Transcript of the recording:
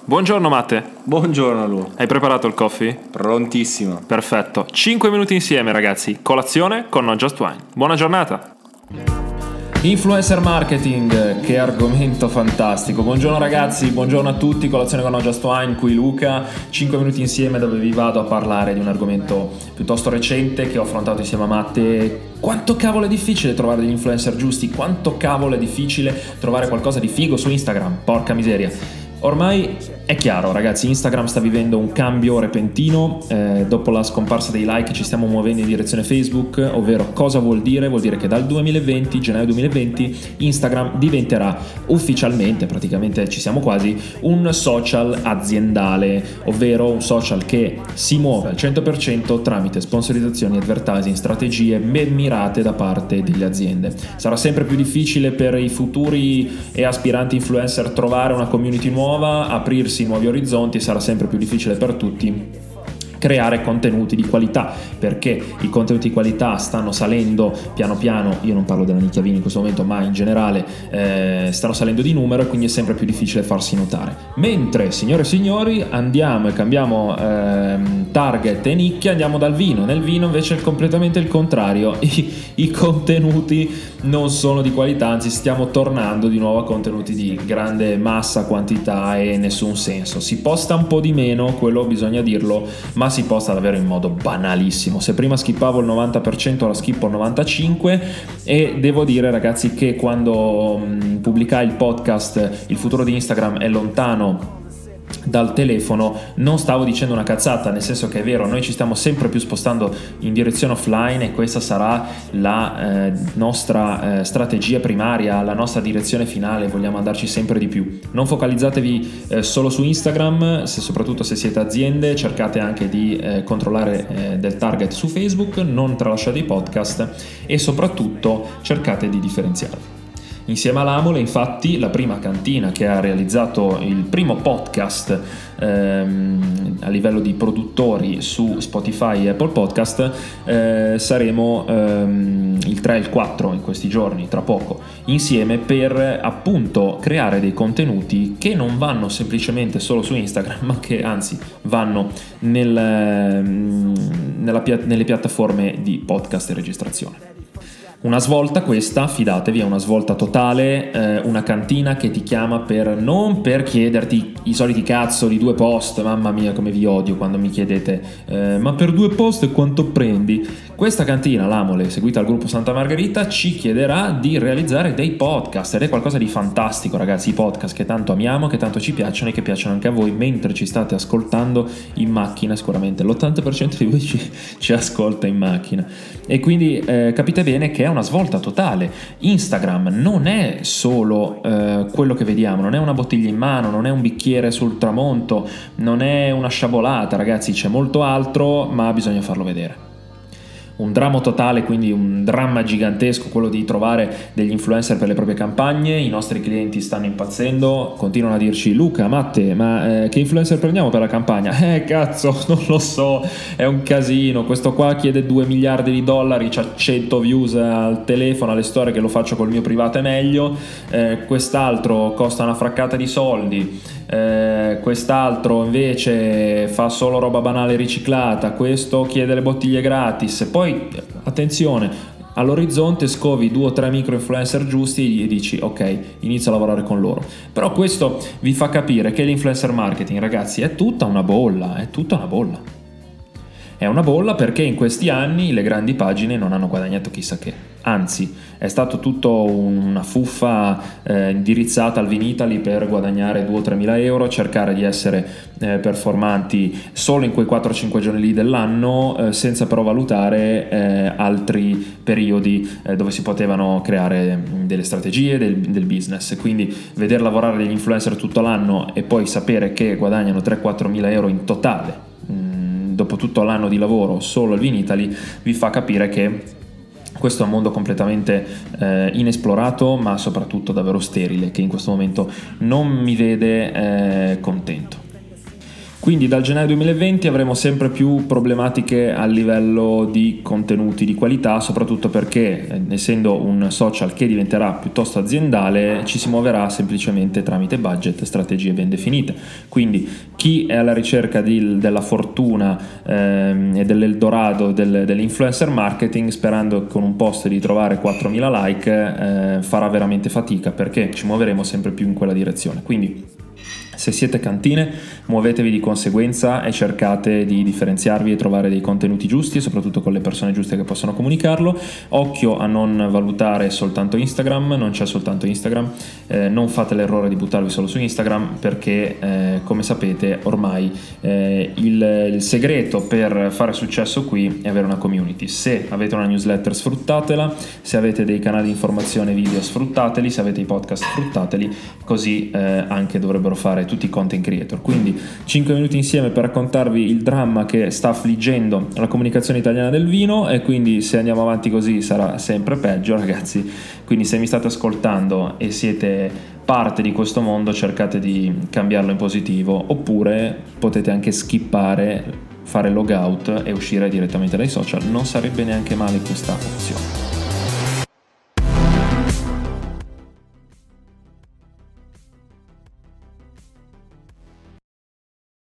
Buongiorno Matte. Buongiorno Lu. Hai preparato il coffee? Prontissimo. Perfetto. 5 minuti insieme ragazzi. Colazione con Not Just Wine. Buona giornata. Influencer marketing, che argomento fantastico. Buongiorno ragazzi, buongiorno a tutti. Colazione con Not Just Wine, qui Luca. 5 minuti insieme dove vi vado a parlare di un argomento piuttosto recente che ho affrontato insieme a Matte. Quanto cavolo è difficile trovare degli influencer giusti, quanto cavolo è difficile trovare qualcosa di figo su Instagram, porca miseria. Ormai è chiaro ragazzi, Instagram sta vivendo un cambio repentino, dopo la scomparsa dei like ci stiamo muovendo in direzione Facebook, ovvero cosa vuol dire? Vuol dire che dal 2020, gennaio 2020, Instagram diventerà ufficialmente, praticamente ci siamo quasi, un social aziendale, ovvero un social che si muove al 100% tramite sponsorizzazioni, advertising, strategie ben mirate da parte delle aziende. Sarà sempre più difficile per i futuri e aspiranti influencer trovare una community nuova, aprirsi nuovi orizzonti, sarà sempre più difficile per tutti creare contenuti di qualità, perché i contenuti di qualità stanno salendo piano piano. Io non parlo della nicchia vini in questo momento, ma in generale stanno salendo di numero e quindi è sempre più difficile farsi notare. Mentre, signore e signori, andiamo e cambiamo target e nicchia, andiamo dal vino. Nel vino invece è completamente il contrario, i contenuti non sono di qualità, anzi stiamo tornando di nuovo a contenuti di grande massa, quantità e nessun senso. Si posta un po' di meno, quello bisogna dirlo, ma si posta davvero in modo banalissimo. Se prima skippavo il 90%, ora skippo il 95%, e devo dire ragazzi che quando pubblicai il podcast Il futuro di Instagram è lontano dal telefono, non stavo dicendo una cazzata, nel senso che è vero, noi ci stiamo sempre più spostando in direzione offline e questa sarà la nostra strategia primaria, la nostra direzione finale, vogliamo andarci sempre di più. Non focalizzatevi solo su Instagram, soprattutto se siete aziende, cercate anche di controllare del target su Facebook, non tralasciate i podcast e soprattutto cercate di differenziarvi. Insieme all'Amole, infatti, la prima cantina che ha realizzato il primo podcast a livello di produttori su Spotify e Apple Podcast, saremo il 3 e il 4 in questi giorni, tra poco, insieme per appunto creare dei contenuti che non vanno semplicemente solo su Instagram, ma che anzi vanno nelle piattaforme di podcast e registrazione. Una svolta questa, fidatevi, è una svolta totale, una cantina che ti chiama non per chiederti i soliti cazzo di 2 post, mamma mia come vi odio quando mi chiedete ma per 2 post quanto prendi? Questa cantina, l'Amole, seguita al gruppo Santa Margherita, ci chiederà di realizzare dei podcast ed è qualcosa di fantastico ragazzi, i podcast che tanto amiamo, che tanto ci piacciono e che piacciono anche a voi mentre ci state ascoltando in macchina. Sicuramente l'80% di voi ci ascolta in macchina e quindi capite bene che è una svolta totale. Instagram non è solo quello che vediamo, non è una bottiglia in mano, non è un bicchiere sul tramonto, non è una sciabolata ragazzi, c'è molto altro, ma bisogna farlo vedere. Un dramma totale, quindi un dramma gigantesco quello di trovare degli influencer per le proprie campagne. I nostri clienti stanno impazzendo, continuano a dirci Luca, Matte, ma che influencer prendiamo per la campagna? Cazzo, non lo so, è un casino, questo qua chiede 2 miliardi di dollari, c'ha 100 views al telefono, alle storie, che lo faccio col mio privato è meglio, quest'altro costa una fraccata di soldi, quest'altro invece fa solo roba banale riciclata, questo chiede le bottiglie gratis. Poi attenzione, all'orizzonte scovi 2 o 3 micro influencer giusti e dici ok, inizio a lavorare con loro. Però questo vi fa capire che l'influencer marketing ragazzi è tutta una bolla, È una bolla perché in questi anni le grandi pagine non hanno guadagnato chissà che, anzi è stato tutto una fuffa indirizzata al Vinitaly per guadagnare 2 o 3 mila euro, cercare di essere performanti solo in quei 4-5 giorni lì dell'anno, senza però valutare altri periodi dove si potevano creare delle strategie del business. Quindi vedere lavorare degli influencer tutto l'anno e poi sapere che guadagnano 3-4 mila euro in totale dopo tutto l'anno di lavoro solo al Vinitaly vi fa capire che questo è un mondo completamente inesplorato, ma soprattutto davvero sterile, che in questo momento non mi vede contento. Quindi dal gennaio 2020 avremo sempre più problematiche a livello di contenuti di qualità, soprattutto perché essendo un social che diventerà piuttosto aziendale ci si muoverà semplicemente tramite budget e strategie ben definite. Quindi chi è alla ricerca della fortuna e dell'Eldorado dell'influencer marketing, sperando con un post di trovare 4.000 like, farà veramente fatica, perché ci muoveremo sempre più in quella direzione. Quindi se siete cantine, muovetevi di conseguenza e cercate di differenziarvi e trovare dei contenuti giusti e soprattutto con le persone giuste che possono comunicarlo. Occhio a non valutare soltanto Instagram, non c'è soltanto Instagram, non fate l'errore di buttarvi solo su Instagram, perché come sapete ormai il segreto per fare successo qui è avere una community. Se avete una newsletter, sfruttatela; se avete dei canali di informazione video, sfruttateli; se avete i podcast, sfruttateli, così anche dovrebbero fare tutti i content creator. Quindi 5 minuti insieme per raccontarvi il dramma che sta affliggendo la comunicazione italiana del vino, e quindi se andiamo avanti così sarà sempre peggio, ragazzi. Quindi se mi state ascoltando e siete parte di questo mondo, cercate di cambiarlo in positivo, oppure potete anche skippare, fare logout e uscire direttamente dai social. Non sarebbe neanche male questa opzione.